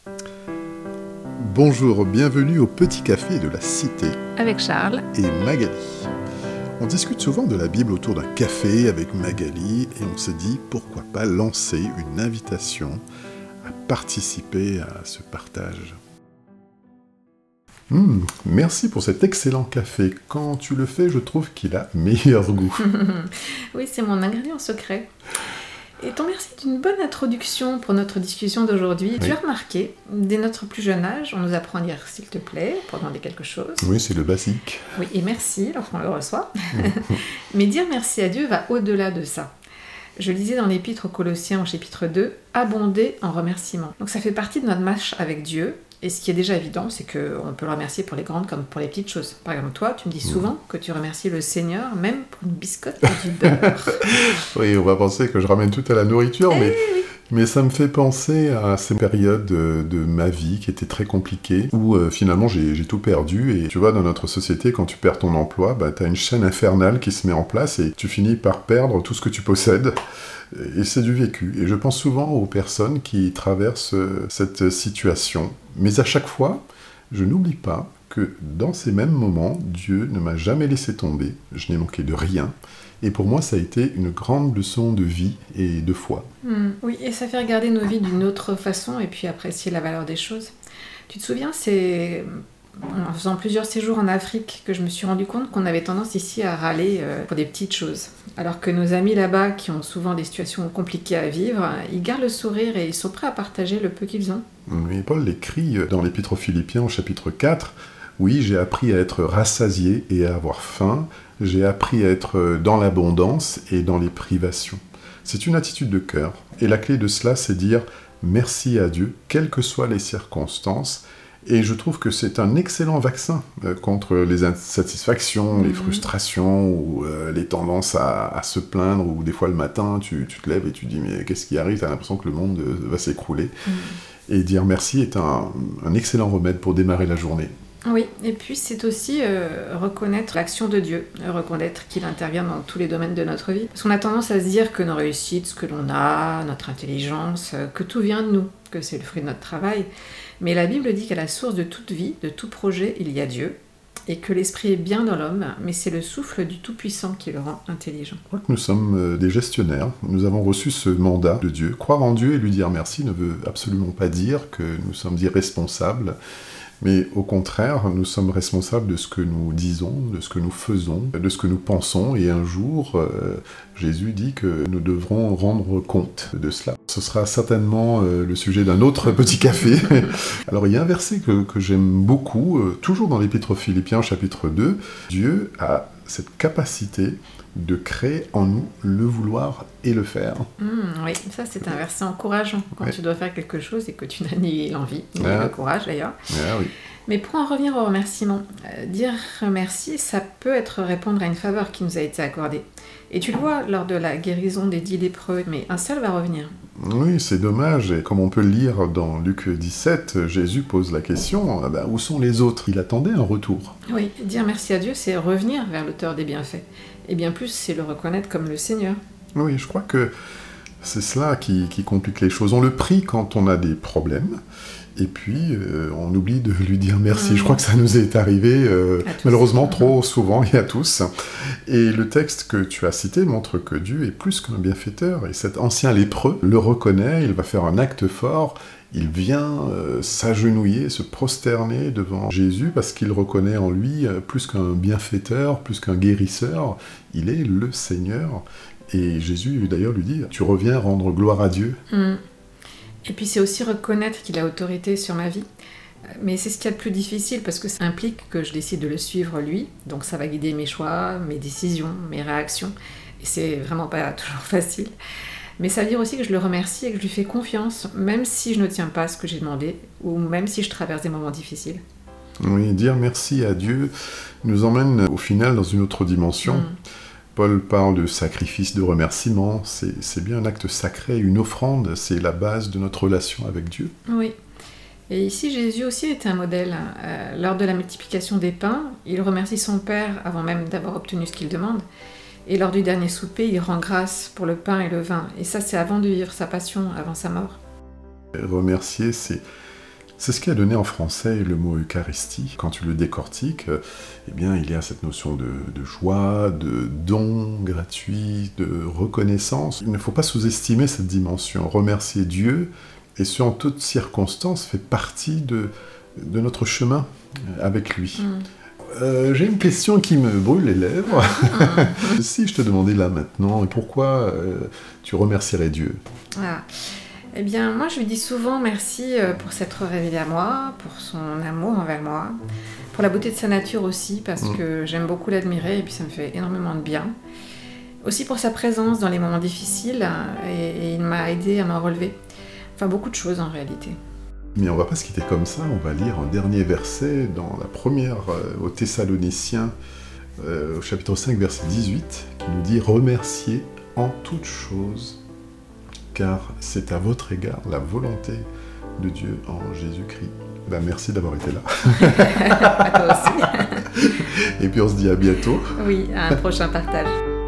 Bonjour, bienvenue au Petit Café de la Cité Avec Charles et Magali. On discute souvent de la Bible autour d'un café avec Magali et on s'est dit pourquoi pas lancer une invitation à participer à ce partage. Merci pour cet excellent café. Quand tu le fais, je trouve qu'il a meilleur goût. Oui, c'est mon ingrédient secret. Et ton merci d'une bonne introduction pour notre discussion d'aujourd'hui. Oui. Tu as remarqué, dès notre plus jeune âge, on nous apprend à dire « s'il te plaît » pour demander quelque chose. Oui, c'est le basique. Oui, et merci lorsqu'on le reçoit. Mais dire merci à Dieu va au-delà de ça. Je lisais dans l'Épître aux Colossiens au chapitre 2, « abonder en remerciements ». Donc ça fait partie de notre marche avec Dieu. Et ce qui est déjà évident, c'est qu'on peut le remercier pour les grandes comme pour les petites choses. Par exemple, toi, tu me dis souvent que tu remercies le Seigneur, même pour une biscotte et du beurre. Oui, on va penser que je ramène tout à la nourriture, mais ça me fait penser à ces périodes de ma vie qui étaient très compliquées, où finalement j'ai tout perdu. Et tu vois, dans notre société, quand tu perds ton emploi, t'as une chaîne infernale qui se met en place et tu finis par perdre tout ce que tu possèdes. Et c'est du vécu. Et je pense souvent aux personnes qui traversent cette situation. Mais à chaque fois, je n'oublie pas que dans ces mêmes moments, Dieu ne m'a jamais laissé tomber. Je n'ai manqué de rien. Et pour moi, ça a été une grande leçon de vie et de foi. Oui, et ça fait regarder nos vies d'une autre façon et puis apprécier la valeur des choses. Tu te souviens, c'est en faisant plusieurs séjours en Afrique que je me suis rendu compte qu'on avait tendance ici à râler pour des petites choses. Alors que nos amis là-bas, qui ont souvent des situations compliquées à vivre, ils gardent le sourire et ils sont prêts à partager le peu qu'ils ont. Oui, Paul l'écrit dans l'Épître aux Philippiens au chapitre 4. Oui, j'ai appris à être rassasié et à avoir faim. J'ai appris à être dans l'abondance et dans les privations. C'est une attitude de cœur. Et la clé de cela, c'est dire merci à Dieu, quelles que soient les circonstances. Et je trouve que c'est un excellent vaccin contre les insatisfactions, les frustrations, ou les tendances à se plaindre, ou des fois le matin, tu te lèves et tu dis « mais qu'est-ce qui arrive ?» Tu as l'impression que le monde va s'écrouler. Et dire merci est un excellent remède pour démarrer la journée. Oui, et puis c'est aussi reconnaître l'action de Dieu, reconnaître qu'il intervient dans tous les domaines de notre vie. Parce qu'on a tendance à se dire que nos réussites, ce que l'on a, notre intelligence, que tout vient de nous, que c'est le fruit de notre travail. Mais la Bible dit qu'à la source de toute vie, de tout projet, il y a Dieu, et que l'esprit est bien dans l'homme, mais c'est le souffle du Tout-Puissant qui le rend intelligent. Je crois que nous sommes des gestionnaires, nous avons reçu ce mandat de Dieu. Croire en Dieu et lui dire merci ne veut absolument pas dire que nous sommes irresponsables, mais au contraire, nous sommes responsables de ce que nous disons, de ce que nous faisons, de ce que nous pensons, et un jour, Jésus dit que nous devrons rendre compte de cela. Ce sera certainement le sujet d'un autre petit café. Alors il y a un verset que j'aime beaucoup, toujours dans l'Épître aux Philippiens, chapitre 2, Dieu a cette capacité de créer en nous le vouloir et le faire. Oui, ça c'est un verset encourageant quand tu dois faire quelque chose et que tu n'as ni l'envie, ni le courage d'ailleurs. Oui. Mais pour en revenir au remerciement, dire merci, ça peut être répondre à une faveur qui nous a été accordée. Et tu le vois lors de la guérison des 10 lépreux, mais un seul va revenir. Oui, c'est dommage. Et comme on peut le lire dans Luc 17, Jésus pose la question, où sont les autres ? Il attendait un retour. Oui, dire merci à Dieu, c'est revenir vers l'auteur des bienfaits. Et bien plus, c'est le reconnaître comme le Seigneur. Oui, je crois que c'est cela qui complique les choses. On le prie quand on a des problèmes, et puis on oublie de lui dire merci. Je crois que ça nous est arrivé malheureusement trop souvent et à tous. Et le texte que tu as cité montre que Dieu est plus qu'un bienfaiteur, et cet ancien lépreux le reconnaît, il va faire un acte fort, il vient s'agenouiller, se prosterner devant Jésus parce qu'il reconnaît en lui plus qu'un bienfaiteur, plus qu'un guérisseur, il est le Seigneur. Et Jésus d'ailleurs lui dit « Tu reviens rendre gloire à Dieu ». Et puis c'est aussi reconnaître qu'il a autorité sur ma vie. Mais c'est ce qu'il y a de plus difficile parce que ça implique que je décide de le suivre lui. Donc ça va guider mes choix, mes décisions, mes réactions. Et c'est vraiment pas toujours facile. Mais ça veut dire aussi que je le remercie et que je lui fais confiance, même si je ne tiens pas à ce que j'ai demandé, ou même si je traverse des moments difficiles. Oui, dire merci à Dieu nous emmène au final dans une autre dimension. Paul parle de sacrifice, de remerciement, c'est bien un acte sacré, une offrande, c'est la base de notre relation avec Dieu. Oui, et ici Jésus aussi est un modèle. Lors de la multiplication des pains, il remercie son Père avant même d'avoir obtenu ce qu'il demande. Et lors du dernier souper, il rend grâce pour le pain et le vin. Et ça, c'est avant de vivre sa passion, avant sa mort. Remercier, c'est C'est ce qui a donné en français le mot Eucharistie. Quand tu le décortiques, eh bien, il y a cette notion de joie, de don gratuit, de reconnaissance. Il ne faut pas sous-estimer cette dimension. Remercier Dieu, et ce en toutes circonstances, fait partie de notre chemin avec lui. J'ai une question qui me brûle les lèvres. Si je te demandais là maintenant, pourquoi tu remercierais Dieu ? Eh bien, moi, je lui dis souvent merci pour s'être révélé à moi, pour son amour envers moi, pour la beauté de sa nature aussi, parce que j'aime beaucoup l'admirer et puis ça me fait énormément de bien. Aussi pour sa présence dans les moments difficiles et il m'a aidé à m'en relever. Enfin, beaucoup de choses en réalité. Mais on va pas se quitter comme ça, on va lire un dernier verset dans la première aux Thessaloniciens, au chapitre 5, verset 18, qui nous dit « Remerciez en toutes choses, car c'est à votre égard la volonté de Dieu en Jésus-Christ. » Merci d'avoir été là. À toi aussi. Et puis on se dit à bientôt. Oui, à un prochain partage.